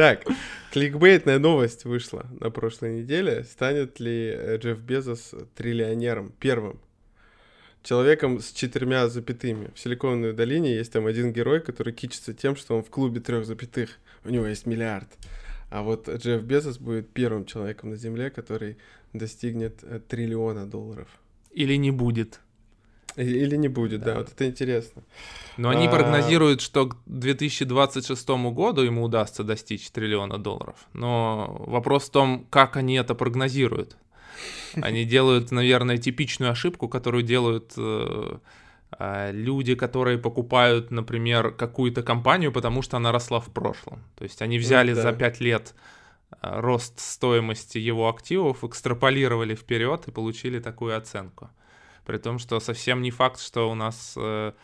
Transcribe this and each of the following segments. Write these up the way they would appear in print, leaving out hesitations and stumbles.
Так, кликбейтная новость вышла на прошлой неделе. Станет ли Джефф Безос триллионером первым? Человеком с 4 запятыми. В Силиконовой долине есть там один герой, который кичится тем, что он в клубе 3 запятых. У него есть миллиард. А вот Джефф Безос будет первым человеком на Земле, который достигнет $1 триллиона. Или не будет. Или не будет, да, вот это интересно. Но они прогнозируют, что к 2026 году ему удастся достичь $1 триллиона. Но вопрос в том, как они это прогнозируют. Они делают, наверное, типичную ошибку, которую делают люди, которые покупают, например, какую-то компанию, потому что она росла в прошлом. То есть они взяли за 5 лет рост стоимости его активов, экстраполировали вперед и получили такую оценку. При том, что совсем не факт, что у нас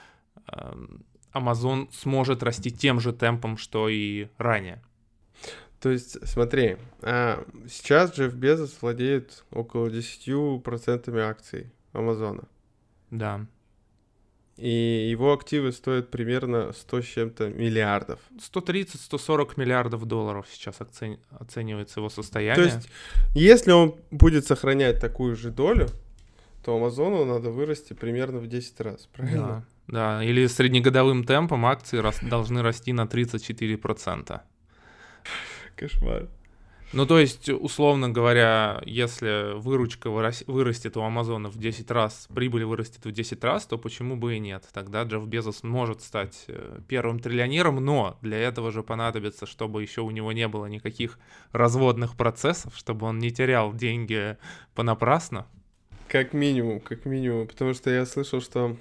Amazon сможет расти тем же темпом, что и ранее. То есть, смотри, сейчас Джефф Безос владеет около 10% акций Амазона. Да. И его активы стоят примерно 100 с чем-то миллиардов. 130-140 миллиардов долларов сейчас оценивается его состояние. То есть, если он будет сохранять такую же долю, то Амазону надо вырасти примерно в 10 раз, правильно? Да, или среднегодовым темпом акции должны расти на 34%. Кошмар. Ну, то есть, условно говоря, если выручка вырастет у Амазона в 10 раз, прибыль вырастет в 10 раз, то почему бы и нет? Тогда Джефф Безос может стать первым триллионером, но для этого же понадобится, чтобы еще у него не было никаких разводных процессов, чтобы он не терял деньги понапрасну. Как минимум, потому что я слышал, что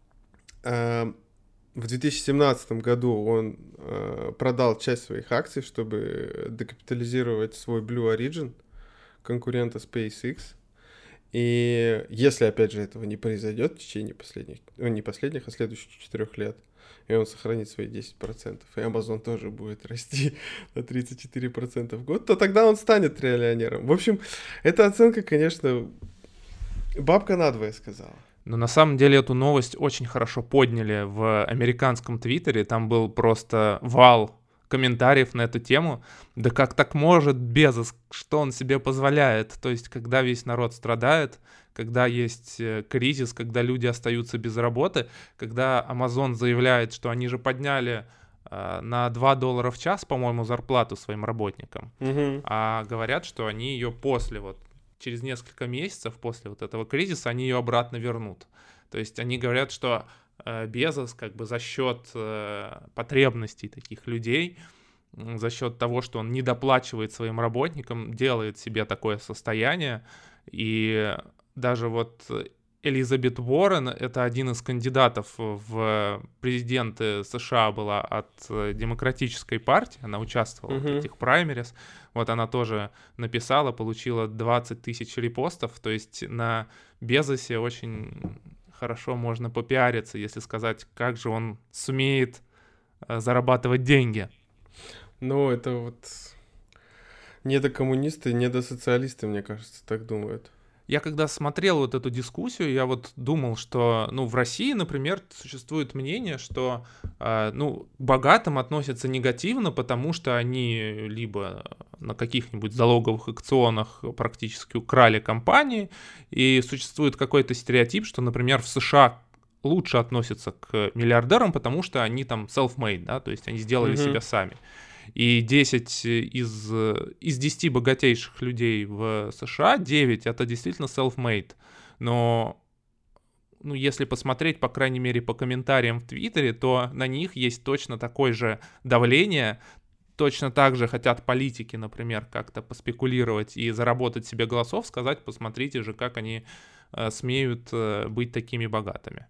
в 2017 году он продал часть своих акций, чтобы декапитализировать свой Blue Origin, конкурента SpaceX. И если, опять же, этого не произойдет в течение следующих 4 лет, и он сохранит свои 10%, и Amazon тоже будет расти на 34% в год, то тогда он станет триллионером. В общем, эта оценка, конечно, бабка надвое сказала. Но на самом деле эту новость очень хорошо подняли в американском твиттере. Там был просто вал комментариев на эту тему. Да как так может Безос? Что он себе позволяет? То есть, когда весь народ страдает, когда есть кризис, когда люди остаются без работы, когда Amazon заявляет, что они же подняли на $2 в час, по-моему, зарплату своим работникам, а говорят, что они ее через несколько месяцев после вот этого кризиса они ее обратно вернут. То есть они говорят, что Безос как бы за счет потребностей таких людей, за счет того, что он недоплачивает своим работникам, делает себе такое состояние. И даже вот Элизабет Уоррен, это один из кандидатов в президенты США была от Демократической партии, она участвовала в этих праймерис, вот она тоже написала, получила 20 тысяч репостов, то есть на Безосе очень хорошо можно попиариться, если сказать, как же он сумеет зарабатывать деньги. Ну, это вот недокоммунисты, недосоциалисты, мне кажется, так думают. Я когда смотрел вот эту дискуссию, я вот думал, что, в России, например, существует мнение, что, к богатым относятся негативно, потому что они либо на каких-нибудь залоговых аукционах практически украли компании, и существует какой-то стереотип, что, например, в США лучше относятся к миллиардерам, потому что они там self-made, да, то есть они сделали себя сами. И 10 из 10 богатейших людей в США, 9 это действительно self-made. Но, если посмотреть, по крайней мере, по комментариям в Твиттере, то на них есть точно такое же давление. Точно так же хотят политики, например, как-то поспекулировать и заработать себе голосов, сказать, посмотрите же, как они смеют быть такими богатыми.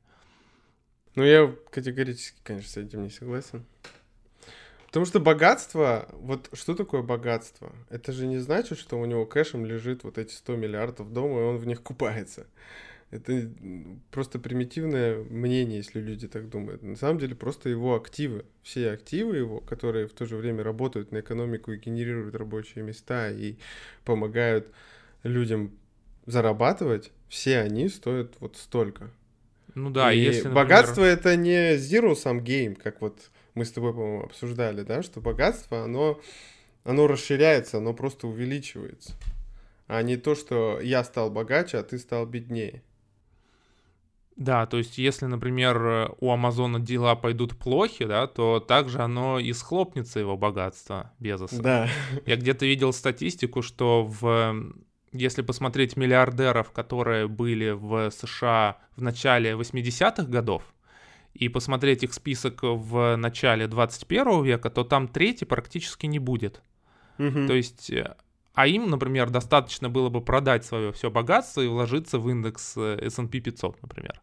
Я категорически, конечно, с этим не согласен. Потому что богатство, вот что такое богатство? Это же не значит, что у него кэшем лежит вот эти 100 миллиардов дома, и он в них купается. Это просто примитивное мнение, если люди так думают. На самом деле просто его активы, все активы его, которые в то же время работают на экономику и генерируют рабочие места и помогают людям зарабатывать, все они стоят вот столько. И если, например... богатство это не zero-sum game, как вот мы с тобой, по-моему, обсуждали, да, что богатство, оно Оно расширяется, оно просто увеличивается. А не то, что я стал богаче, а ты стал беднее. Да, то есть если, например, у Амазона дела пойдут плохи, да, то также оно и схлопнется его богатство Безоса. Да. Я где-то видел статистику, что если посмотреть миллиардеров, которые были в США в начале 80-х годов, и посмотреть их список в начале 21 века, то там третий практически не будет. То есть, а им, например, достаточно было бы продать свое все богатство и вложиться в индекс S&P 500, например.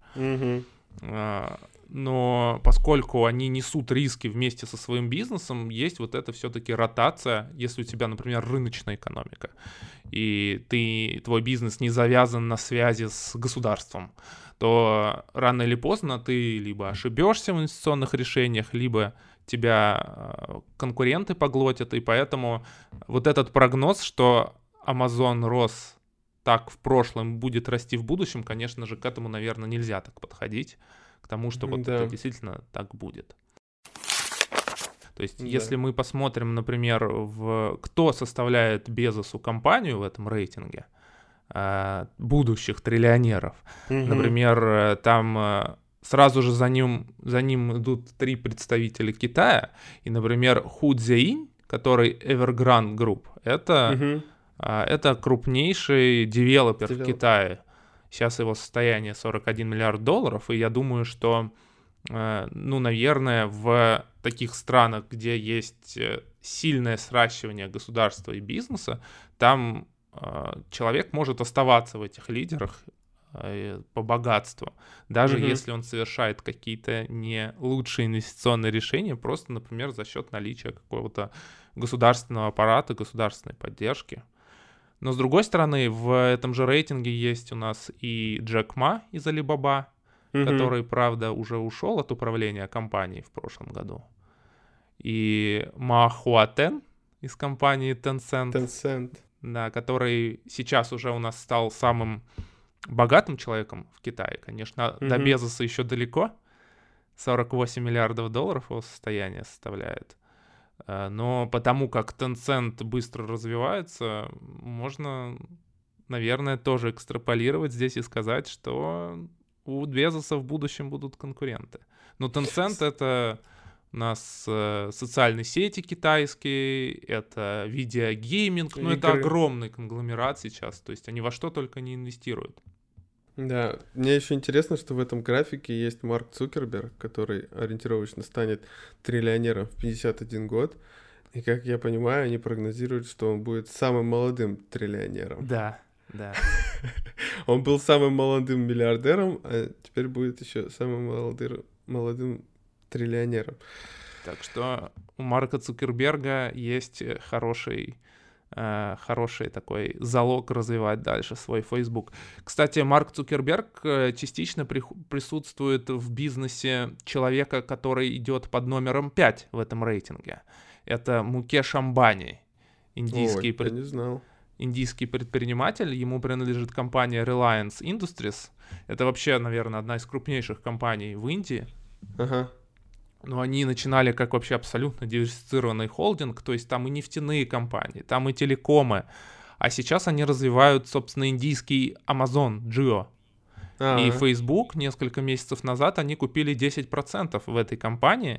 Но поскольку они несут риски вместе со своим бизнесом, есть вот это все-таки ротация, если у тебя, например, рыночная экономика, и твой бизнес не завязан на связи с государством, то рано или поздно ты либо ошибешься в инвестиционных решениях, либо тебя конкуренты поглотят, и поэтому вот этот прогноз, что Amazon рос так в прошлом, будет расти в будущем, конечно же, к этому, наверное, нельзя так подходить, к тому, что вот это действительно так будет. То есть, если мы посмотрим, например, кто составляет Безосу компанию в этом рейтинге будущих триллионеров, например, там сразу же за ним идут 3 представителя Китая, и, например, Ху Цзеин, который Evergrande Group, это крупнейший девелопер в Китае. Сейчас его состояние $41 миллиард, и я думаю, что, наверное, в таких странах, где есть сильное сращивание государства и бизнеса, там человек может оставаться в этих лидерах по богатству, даже если он совершает какие-то не лучшие инвестиционные решения, просто, например, за счет наличия какого-то государственного аппарата, государственной поддержки. Но, с другой стороны, в этом же рейтинге есть у нас и Джек Ма из Alibaba, который, правда, уже ушел от управления компанией в прошлом году. И Ма Хуатен из компании Tencent. Да, который сейчас уже у нас стал самым богатым человеком в Китае. Конечно, до Безоса еще далеко. $48 миллиардов его состояние составляет. Но потому как Tencent быстро развивается, можно, наверное, тоже экстраполировать здесь и сказать, что у Безоса в будущем будут конкуренты. Но Tencent — это у нас социальные сети китайские, это видеогейминг, но это огромный конгломерат сейчас, то есть они во что только не инвестируют. Да, мне еще интересно, что в этом графике есть Марк Цукерберг, который ориентировочно станет триллионером в 51 год. И, как я понимаю, они прогнозируют, что он будет самым молодым триллионером. Да. Он был самым молодым миллиардером, а теперь будет еще самым молодым триллионером. Так что у Марка Цукерберга есть хороший такой залог развивать дальше свой Facebook. Кстати, Марк Цукерберг частично присутствует в бизнесе человека, который идет под номером 5 в этом рейтинге. Это Мукеш Амбани, индийский предприниматель. Ему принадлежит компания Reliance Industries. Это вообще, наверное, одна из крупнейших компаний в Индии. Но они начинали как вообще абсолютно диверсифицированный холдинг, то есть там и нефтяные компании, там и телекомы. А сейчас они развивают, собственно, индийский Amazon Jio. И Facebook несколько месяцев назад они купили 10% в этой компании.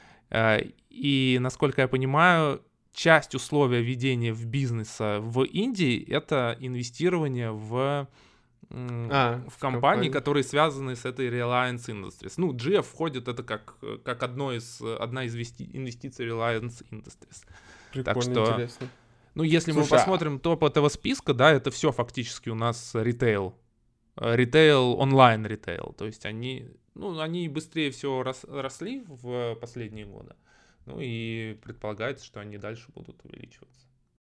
И, насколько я понимаю, часть условия ведения в бизнеса в Индии — это инвестирование в компании, которые связаны с этой Reliance Industries. Ну, Jio входит, это как одна из инвестиций Reliance Industries. Прикольно, так что, интересно. Ну, если мы посмотрим топ этого списка, да, это все фактически у нас ритейл. Ритейл, онлайн-ритейл. То есть они быстрее всего росли в последние годы. Ну и предполагается, что они дальше будут увеличиваться.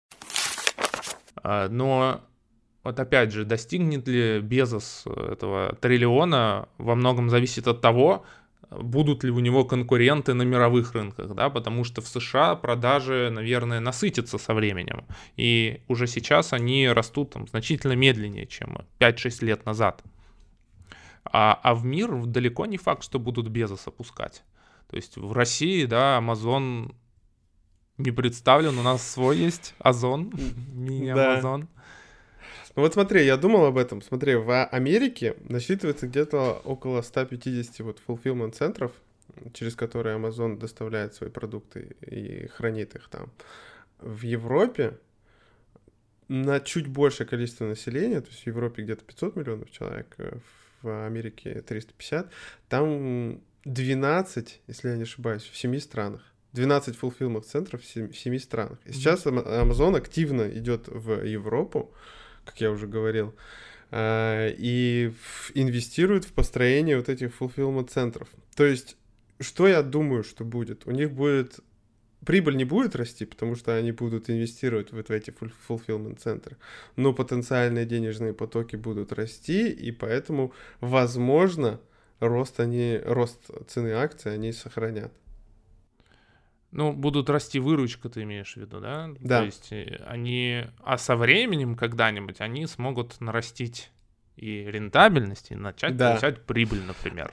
Но вот опять же, достигнет ли Безос этого триллиона, во многом зависит от того, будут ли у него конкуренты на мировых рынках, да, потому что в США продажи, наверное, насытятся со временем, и уже сейчас они растут там значительно медленнее, чем 5-6 лет назад. А в мир далеко не факт, что будут Безоса пускать. То есть в России, да, Amazon не представлен. У нас свой есть Озон, мини-Амазон. Ну вот смотри, я думал об этом. Смотри, в Америке насчитывается где-то около 150 вот fulfillment центров, через которые Amazon доставляет свои продукты и хранит их там. В Европе на чуть большее количество населения, то есть в Европе где-то 500 миллионов человек, в Америке 350, там 12, если я не ошибаюсь, в 7 странах. 12 fulfillment центров в 7 странах. И сейчас Amazon активно идет в Европу, как я уже говорил, и инвестирует в построение вот этих fulfillment центров. То есть, что я думаю, что будет? У них будет... Прибыль не будет расти, потому что они будут инвестировать вот в эти fulfillment центры, но потенциальные денежные потоки будут расти, и поэтому, возможно, рост цены акций они сохранят. Ну, будут расти выручка, ты имеешь в виду, да? Да. То есть они... А со временем когда-нибудь они смогут нарастить и рентабельность, и начать получать прибыль, например.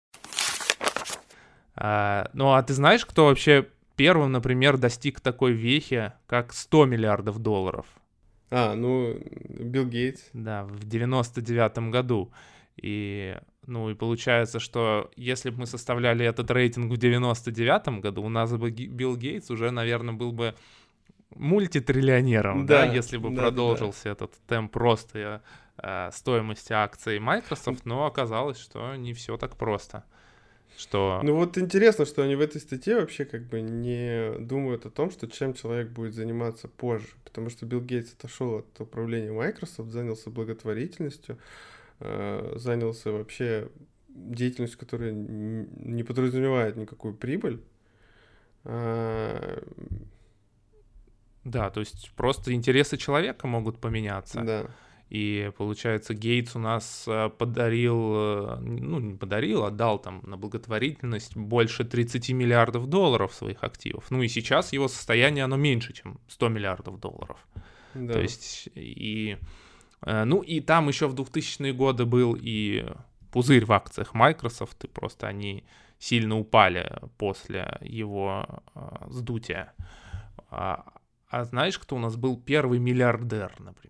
Ну, а ты знаешь, кто вообще первым, например, достиг такой вехи, как 100 миллиардов долларов? Билл Гейтс. Да, в 99-м году. И получается, что если бы мы составляли этот рейтинг в 99-м году, у нас бы Билл Гейтс уже, наверное, был бы мультитриллионером, да, если бы продолжился этот темп роста стоимости акций Microsoft, но оказалось, что не все так просто. Ну вот интересно, что они в этой статье вообще как бы не думают о том, что чем человек будет заниматься позже, потому что Билл Гейтс отошел от управления Microsoft, занялся благотворительностью, занялся вообще деятельностью, которая не подразумевает никакую прибыль. Да, то есть просто интересы человека могут поменяться. Да. И, получается, Гейтс у нас отдал там на благотворительность больше 30 миллиардов долларов своих активов. Ну и сейчас его состояние, оно меньше, чем 100 миллиардов долларов. Да. То есть, и там еще в 2000-е годы был и пузырь в акциях Microsoft, и просто они сильно упали после его сдутия. А знаешь, кто у нас был первый миллиардер, например?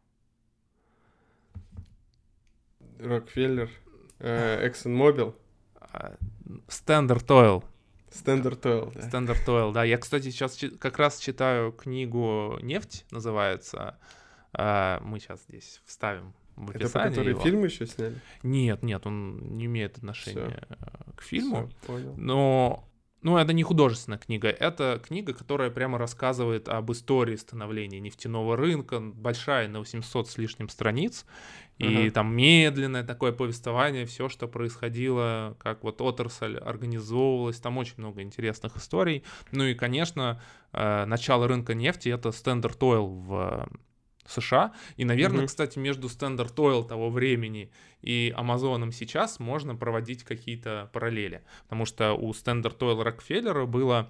Рокфеллер, ExxonMobil. Standard Oil. Standard Oil, да. Standard Oil, да. Я, кстати, сейчас как раз читаю книгу «Нефть» называется. Мы сейчас здесь вставим в описание. Это по которой фильм еще сняли? Нет, он не имеет отношения к фильму. Всё, понял. Но это не художественная книга, это книга, которая прямо рассказывает об истории становления нефтяного рынка, большая, на 800 с лишним страниц, и там медленное такое повествование, все, что происходило, как вот отрасль организовывалась, там очень много интересных историй. Ну и, конечно, начало рынка нефти — это Standard Oil в США. И, наверное, кстати, между Standard Oil того времени и Амазоном сейчас можно проводить какие-то параллели. Потому что у Standard Oil Рокфеллера было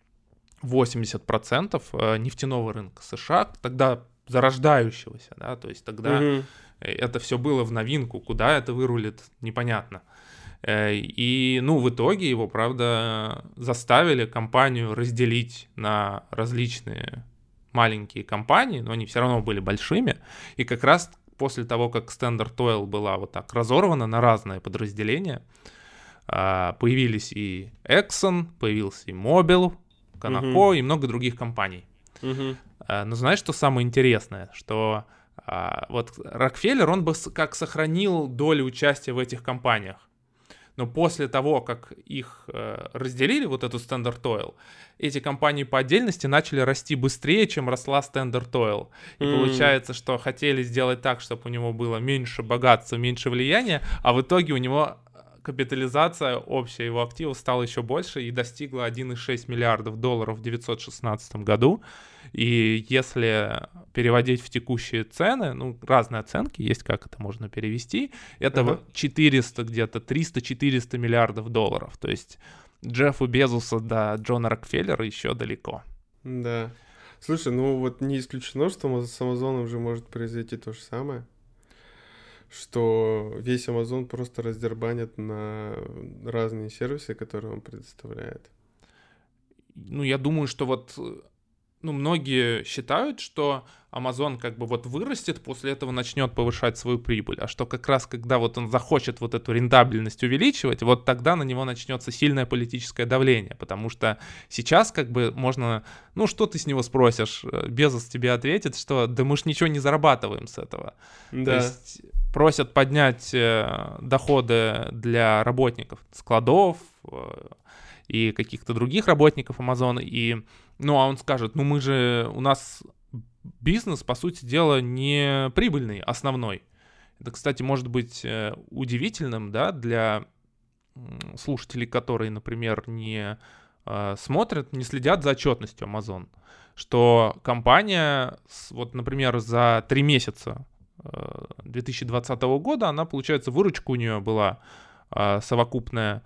80% нефтяного рынка США, тогда зарождающегося, да, то есть тогда это все было в новинку, куда это вырулит, непонятно. И, в итоге его, правда, заставили компанию разделить на различные маленькие компании, но они все равно были большими, и как раз после того, как Standard Oil была вот так разорвана на разные подразделения, появились и Exxon, появился и Mobil, Conoco и много других компаний. Но знаешь, что самое интересное? Что вот Рокфеллер, он бы как сохранил долю участия в этих компаниях. Но после того, как их разделили, вот эту Standard Oil, эти компании по отдельности начали расти быстрее, чем росла Standard Oil. И получается, что хотели сделать так, чтобы у него было меньше богатства, меньше влияния, а в итоге у него капитализация общая его активов стала еще больше и достигла 1,6 миллиардов долларов в 1916 году. И если переводить в текущие цены, разные оценки есть, как это можно перевести, это 400 где-то, 300-400 миллиардов долларов. То есть Джеффу Безосу до Джона Рокфеллера еще далеко. Да. Слушай, не исключено, что с Амазоном уже может произойти то же самое. Что весь Amazon просто раздербанят на разные сервисы, которые он предоставляет. Я думаю, что вот многие считают, что Amazon как бы вот вырастет, после этого начнет повышать свою прибыль, а что как раз когда вот он захочет вот эту рентабельность увеличивать, вот тогда на него начнется сильное политическое давление, потому что сейчас как бы можно, что ты с него спросишь, Безос тебе ответит, что да мы ж ничего не зарабатываем с этого. Да. То есть просят поднять доходы для работников складов и каких-то других работников Amazon, а он скажет, у нас бизнес, по сути дела, не прибыльный, основной. Это, кстати, может быть удивительным, да, для слушателей, которые, например, не смотрят, не следят за отчетностью Amazon, что компания, вот, например, за 3 месяца 2020 года, она, получается, выручка у нее была совокупная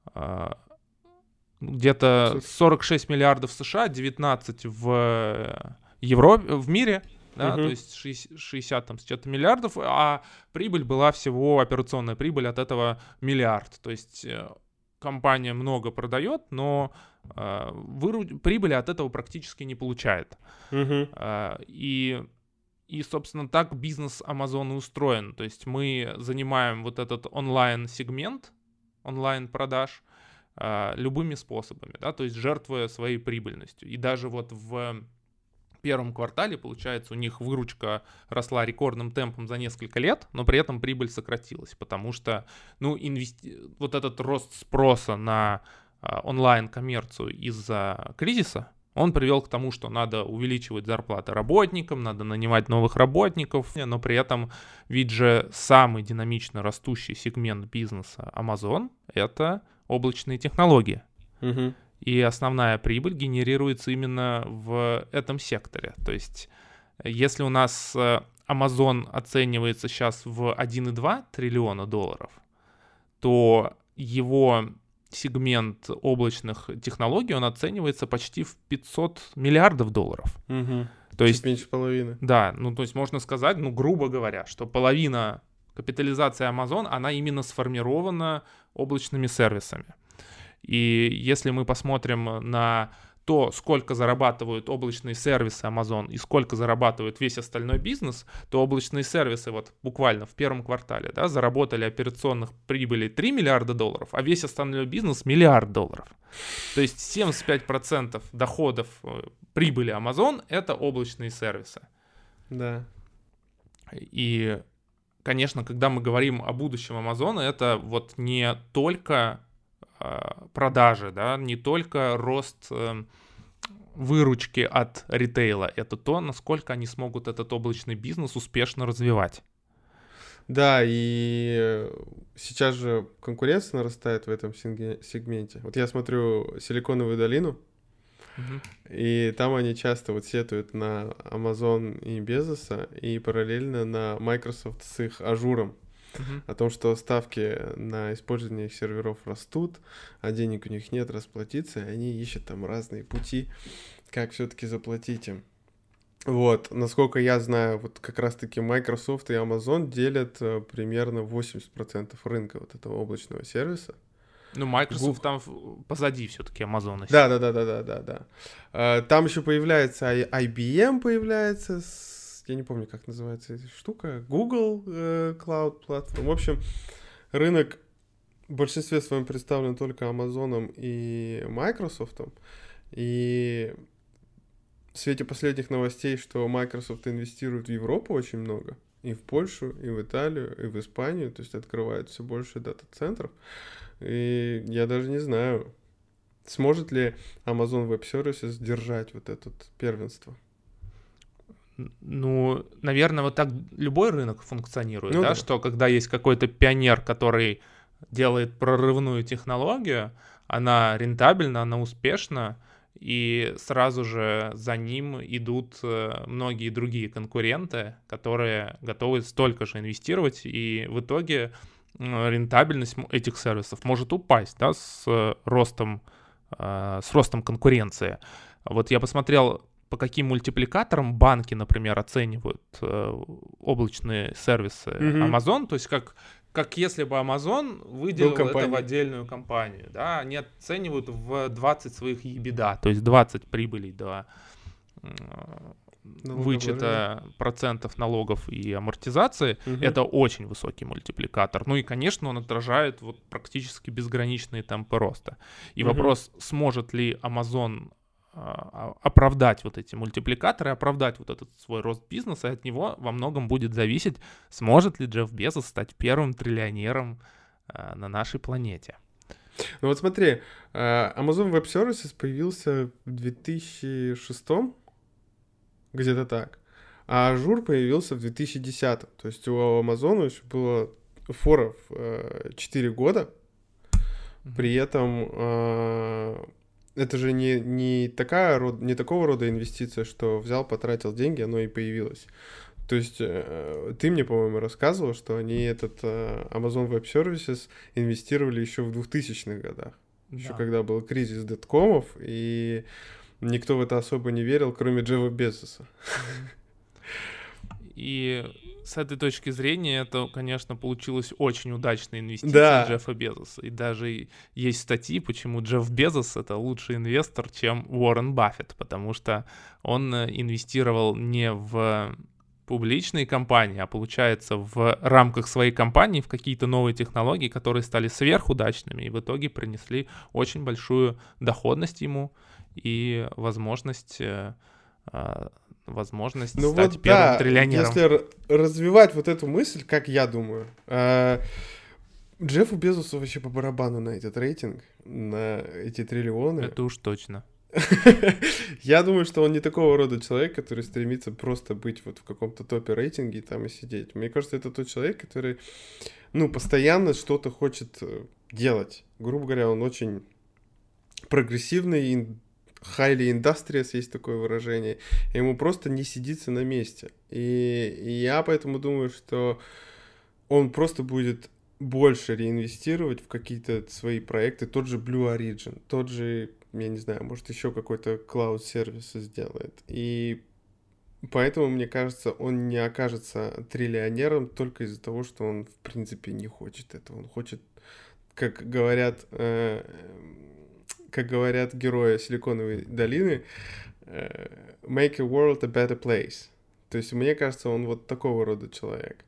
где-то 46 миллиардов США, 19 в Европе, в мире, да, то есть 60 там с чем-то миллиардов, а прибыль была всего, операционная прибыль от этого миллиард. То есть компания много продает, но прибыли от этого практически не получает. И, собственно, так бизнес Amazon устроен. То есть мы занимаем вот этот онлайн-сегмент, онлайн-продаж, любыми способами, да, то есть жертвуя своей прибыльностью. И даже вот в первом квартале, получается, у них выручка росла рекордным темпом за несколько лет, но при этом прибыль сократилась, потому что, вот этот рост спроса на онлайн-коммерцию из-за кризиса, он привел к тому, что надо увеличивать зарплаты работникам, надо нанимать новых работников, но при этом, ведь же самый динамично растущий сегмент бизнеса Amazon — это облачные технологии. И основная прибыль генерируется именно в этом секторе. То есть, если у нас Amazon оценивается сейчас в 1,2 триллиона долларов, то его сегмент облачных технологий, он оценивается почти в 500 миллиардов долларов. То есть меньше половины. Да, то есть можно сказать, грубо говоря, что половина капитализации Amazon, она именно сформирована облачными сервисами. И если мы посмотрим на то, сколько зарабатывают облачные сервисы Amazon и сколько зарабатывает весь остальной бизнес, то облачные сервисы вот буквально в первом квартале, да, заработали операционных прибылей 3 миллиарда долларов, а весь остальной бизнес — миллиард долларов. То есть 75% доходов прибыли Amazon — это облачные сервисы. Да. И, конечно, когда мы говорим о будущем Amazon, это вот не только продажи, да, не только рост выручки от ритейла, это то, насколько они смогут этот облачный бизнес успешно развивать. Да, и сейчас же конкуренция нарастает в этом сегменте. Вот я смотрю «Силиконовую долину», и там они часто вот сетуют на Amazon и Безоса, и параллельно на Microsoft с их ажуром. О том, что ставки на использование их серверов растут, а денег у них нет расплатиться, и они ищут там разные пути, как все-таки заплатить им. Вот, насколько я знаю, вот как раз-таки Microsoft и Amazon делят примерно 80% рынка вот этого облачного сервиса. Microsoft там позади все-таки Amazon. Да. Там еще появляется IBM, появляется я не помню, как называется эта штука, Google Cloud Platform. В общем, рынок в большинстве своем представлен только Amazon и Microsoft. И в свете последних новостей, что Microsoft инвестирует в Европу очень много, и в Польшу, и в Италию, и в Испанию, то есть открывает все больше дата-центров. И я даже не знаю, сможет ли Amazon Web Services держать вот это первенство. Наверное, вот так любой рынок функционирует, да, что когда есть какой-то пионер, который делает прорывную технологию, она рентабельна, она успешна, и сразу же за ним идут многие другие конкуренты, которые готовы столько же инвестировать, и в итоге рентабельность этих сервисов может упасть, да, с ростом конкуренции. Вот я посмотрел, по каким мультипликаторам банки, например, оценивают облачные сервисы Amazon, то есть как если бы Amazon выделил это в отдельную компанию, да, они оценивают в 20 своих EBITDA, то есть 20 прибылей вычета процентов налогов и амортизации, это очень высокий мультипликатор. Ну и, конечно, он отражает вот практически безграничные темпы роста. И вопрос, сможет ли Amazon оправдать вот эти мультипликаторы, оправдать вот этот свой рост бизнеса, и от него во многом будет зависеть, сможет ли Джефф Безос стать первым триллионером на нашей планете. Ну вот смотри, Amazon Web Services появился в 2006, где-то так, а Ажур появился в 2010. То есть у Amazon еще было фора 4 года, при этом это же не такого рода инвестиция, что взял, потратил деньги, оно и появилось. То есть ты мне, по-моему, рассказывал, что они этот Amazon Web Services инвестировали еще в 2000-х годах. Еще когда был кризис доткомов, и никто в это особо не верил, кроме Джеффа Безоса. И с этой точки зрения это, конечно, получилась очень удачная инвестиция Джеффа Безоса. И даже есть статьи, почему Джефф Безос — это лучший инвестор, чем Уоррен Баффет, потому что он инвестировал не в публичные компании, а получается в рамках своей компании в какие-то новые технологии, которые стали сверхудачными и в итоге принесли очень большую доходность ему и возможность стать первым триллионером. Если развивать вот эту мысль, как я думаю, Джеффу Безосу вообще по барабану на этот рейтинг, на эти триллионы. Это уж точно. Я думаю, что он не такого рода человек, который стремится просто быть вот в каком-то топе рейтинге и там и сидеть. Мне кажется, это тот человек, который, постоянно что-то хочет делать. Грубо говоря, он очень прогрессивный, highly industrious, есть такое выражение. Ему просто не сидится на месте. И я поэтому думаю, что он просто будет больше реинвестировать в какие-то свои проекты. Тот же Blue Origin, тот же, я не знаю, может, еще какой-то cloud-сервис сделает. И поэтому, мне кажется, он не окажется триллионером только из-за того, что он, в принципе, не хочет этого. Он хочет, как говорят герои Силиконовой долины, make a world a better place. То есть, мне кажется, он вот такого рода человек.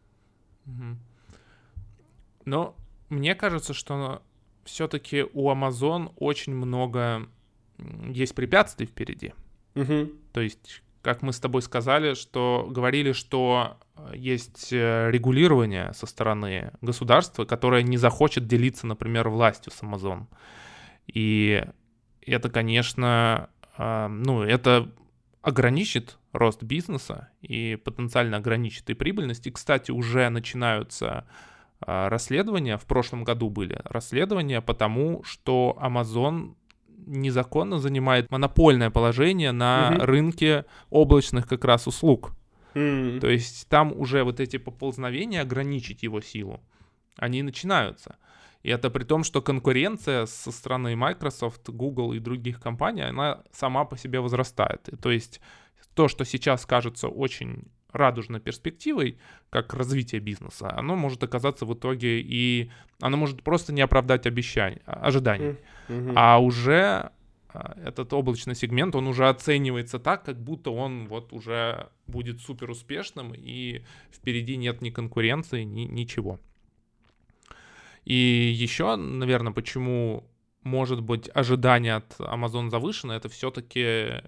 Но мне кажется, что все-таки у Amazon очень много есть препятствий впереди. То есть, как мы с тобой говорили, что есть регулирование со стороны государства, которое не захочет делиться, например, властью с Amazon. И это, конечно, это ограничит рост бизнеса и потенциально ограничит и прибыльность. И, кстати, уже начинаются расследования, в прошлом году были расследования, потому что Amazon незаконно занимает монопольное положение на рынке облачных как раз услуг. То есть там уже вот эти поползновения ограничить его силу, они начинаются. И это при том, что конкуренция со стороны Microsoft, Google и других компаний, она сама по себе возрастает. И то есть то, что сейчас кажется очень радужной перспективой, как развитие бизнеса, оно может оказаться в итоге и оно может просто не оправдать ожиданий. А уже этот облачный сегмент, он уже оценивается так, как будто он вот уже будет супер успешным и впереди нет ни конкуренции, ничего. И еще, наверное, почему может быть ожидание от Amazon завышено, это все-таки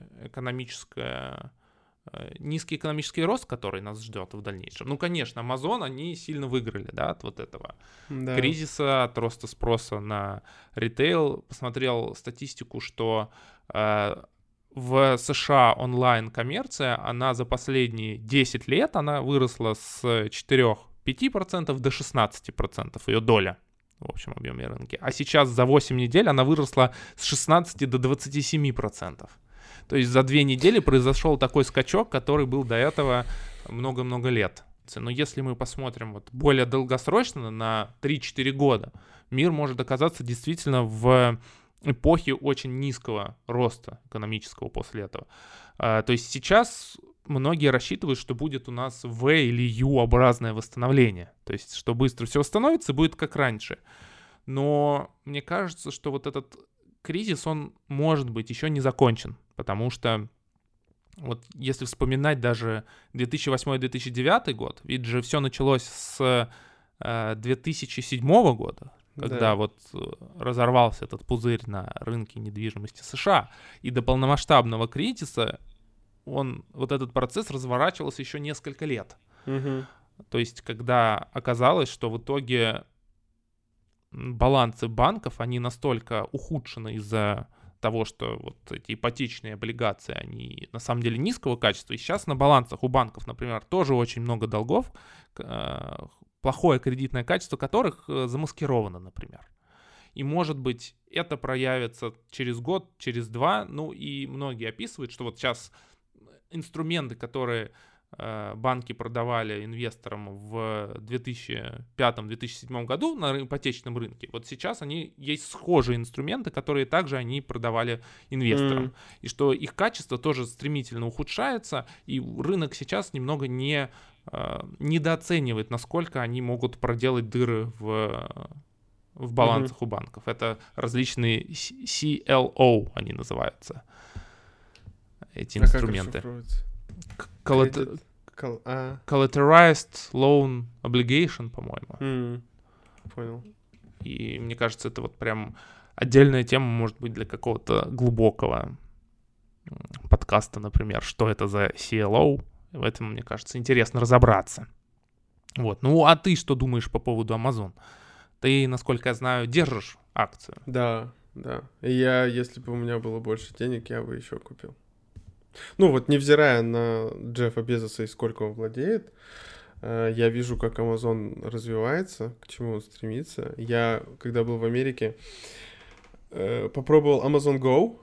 низкий экономический рост, который нас ждет в дальнейшем. Ну, конечно, Amazon, они сильно выиграли, от вот этого кризиса, от роста спроса на ритейл. Посмотрел статистику, что в США онлайн-коммерция, она за последние 10 лет, она выросла с 4-5% до 16%, ее доля в общем объеме рынка. А сейчас за 8 недель она выросла с 16 до 27%. То есть за 2 недели произошел такой скачок, который был до этого много-много лет. Но если мы посмотрим более долгосрочно, на 3-4 года, мир может оказаться действительно в эпохе очень низкого роста экономического после этого. То есть сейчас многие рассчитывают, что будет у нас V или U-образное восстановление. То есть что быстро все восстановится, будет как раньше. Но мне кажется, что вот этот кризис, он может быть еще не закончен, потому что вот если вспоминать даже 2008-2009 год, ведь же все началось с 2007 года, когда вот разорвался этот пузырь на рынке недвижимости США, и до полномасштабного кризиса вот этот процесс разворачивался еще несколько лет. То есть, когда оказалось, что в итоге балансы банков, они настолько ухудшены из-за того, что вот эти ипотечные облигации, они на самом деле низкого качества, и сейчас на балансах у банков, например, тоже очень много долгов, плохое кредитное качество которых замаскировано, например. И, может быть, это проявится через год, через два, ну и многие описывают, что вот сейчас инструменты, которые банки продавали инвесторам в 2005-2007 году на ипотечном рынке, вот сейчас есть схожие инструменты, которые также они продавали инвесторам. И что их качество тоже стремительно ухудшается, и рынок сейчас немного недооценивает, насколько они могут проделать дыры в балансах у банков. Это различные CLO, они называются, эти инструменты. Collateralized Loan Obligation, по-моему. Понял. И мне кажется, это вот прям отдельная тема, может быть, для какого-то глубокого подкаста, например, что это за CLO. В этом, мне кажется, интересно разобраться. Вот. Ну, а ты что думаешь по поводу Amazon? Ты, насколько я знаю, держишь акцию. Да. Если бы у меня было больше денег, я бы еще купил. Ну вот, невзирая на Джеффа Безоса и сколько он владеет, я вижу, как Amazon развивается, к чему он стремится. Я, когда был в Америке, попробовал Amazon Go.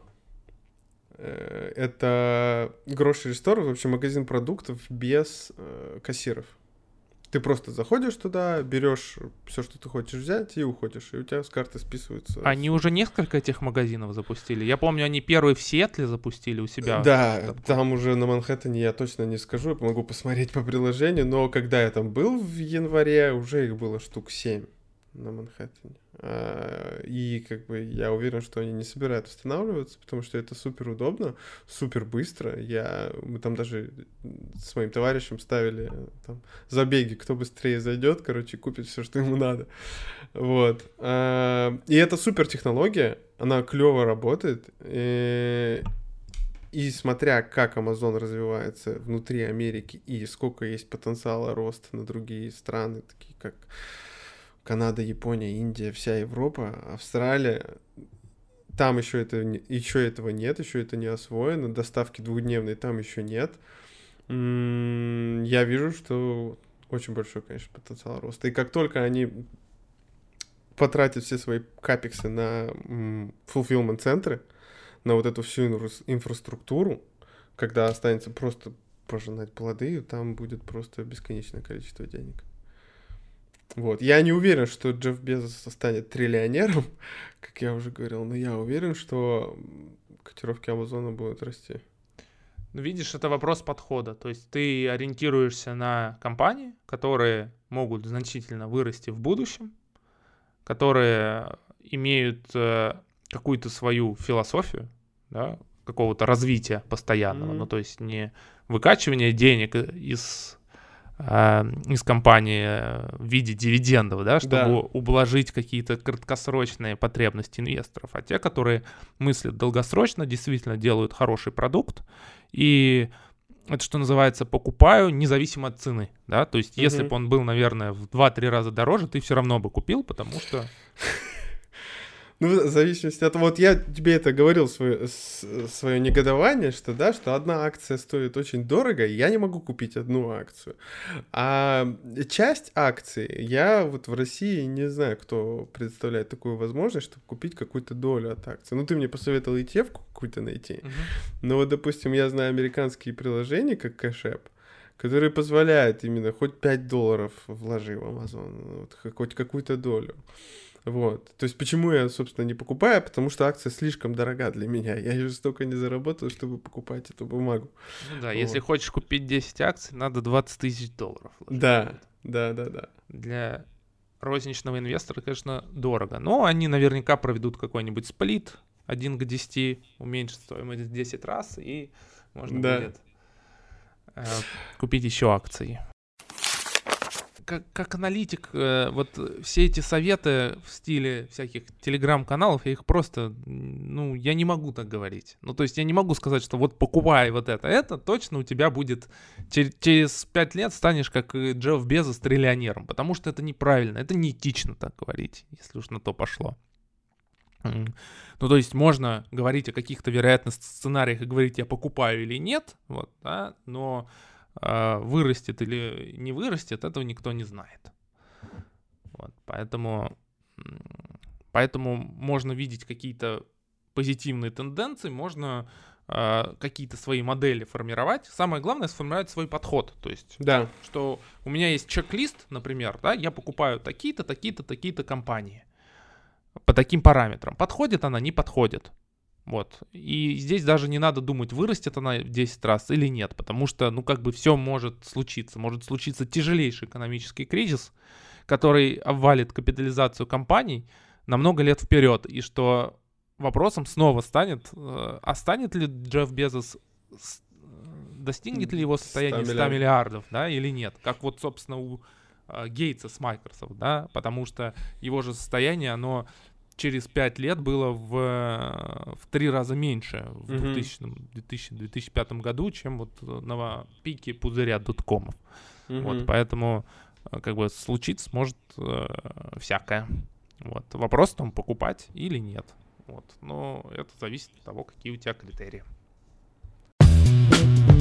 Это grocery store, в общем, магазин продуктов без кассиров. Ты просто заходишь туда, берешь все, что ты хочешь взять, и уходишь, и у тебя с карты списываются. Они уже несколько этих магазинов запустили. Я помню, они первые в Сиэтле запустили у себя. Да, там уже на Манхэттене я точно не скажу, я могу посмотреть по приложению, но когда я там был в январе, уже их было штук 7 на Манхэттене. И как бы я уверен, что они не собираются останавливаться, потому что это супер удобно, супер быстро. Мы там даже с моим товарищем ставили там забеги, кто быстрее зайдет, купит все, что ему надо. Вот. И это супер технология, она клево работает. И смотря как Amazon развивается внутри Америки и сколько есть потенциала роста на другие страны, такие как Канада, Япония, Индия, вся Европа, Австралия, там еще этого нет, еще это не освоено, доставки двухдневной там еще нет. Я вижу, что очень большой, конечно, потенциал роста. И как только они потратят все свои капексы на fulfillment-центры, на вот эту всю инфраструктуру, когда останется просто пожинать плоды, там будет просто бесконечное количество денег. Вот. Я не уверен, что Джефф Безос станет триллионером, как я уже говорил, но я уверен, что котировки Амазона будут расти. Ну, видишь, это вопрос подхода. То есть ты ориентируешься на компании, которые могут значительно вырасти в будущем, которые имеют какую-то свою философию, да, какого-то развития постоянного. Ну, то есть не выкачивание денег из компании в виде дивидендов, да, чтобы ублажить какие-то краткосрочные потребности инвесторов, а те, которые мыслят долгосрочно, действительно делают хороший продукт, и это, что называется, покупаю независимо от цены, да, то есть если бы он был, наверное, в 2-3 раза дороже, ты все равно бы купил, потому что... Ну, в зависимости от... Вот я тебе это говорил, свое негодование, что, да, что одна акция стоит очень дорого, и я не могу купить одну акцию. А часть акций, я вот в России не знаю, кто представляет такую возможность, чтобы купить какую-то долю от акций. Ну, ты мне посоветовал ETF какую-то найти. Но вот, допустим, я знаю американские приложения, как Cash App, которые позволяют именно хоть $5 вложи в Amazon, вот, хоть какую-то долю. Вот. То есть почему я, собственно, не покупаю? Потому что акция слишком дорога для меня. Я ее столько не заработал, чтобы покупать эту бумагу. Ну да, вот. Если хочешь купить 10 акций, надо $20 000 вложить. Да. Для розничного инвестора, конечно, дорого. Но они наверняка проведут какой-нибудь сплит 1 к 10, уменьшат стоимость в 10 раз, и можно Да. будет купить еще акции. Как аналитик, вот все эти советы в стиле всяких телеграм-каналов, я их просто, ну, я не могу так говорить. Ну, то есть я не могу сказать, что вот покупай вот это точно у тебя будет, через 5 лет станешь, как и Джефф Безос, триллионером, потому что это неправильно, это неэтично так говорить, если уж на то пошло. Ну, то есть можно говорить о каких-то вероятных сценариях и говорить, я покупаю или нет, вот, да, но вырастет или не вырастет, этого никто не знает. Вот, поэтому можно видеть какие-то позитивные тенденции, можно какие-то свои модели формировать. Самое главное — сформировать свой подход. То есть, Да. что у меня есть чек-лист, например, да, я покупаю такие-то, такие-то, такие-то компании по таким параметрам. Подходит она, не подходит. Вот. И здесь даже не надо думать, вырастет она в 10 раз или нет, потому что, ну, как бы все может случиться. Может случиться тяжелейший экономический кризис, который обвалит капитализацию компаний на много лет вперед. И что вопросом снова станет, а станет ли Джефф Безос, достигнет ли его состояние 100 миллиардов, да, или нет. Как вот, собственно, у Гейтса с Microsoft, да, потому что его же состояние, оно через 5 лет было в 3 раза меньше в 2005 году, чем вот на пике пузыря доткомов. Вот, поэтому как бы случиться может всякое. Вот. Вопрос в том, покупать или нет. Вот. Но это зависит от того, какие у тебя критерии.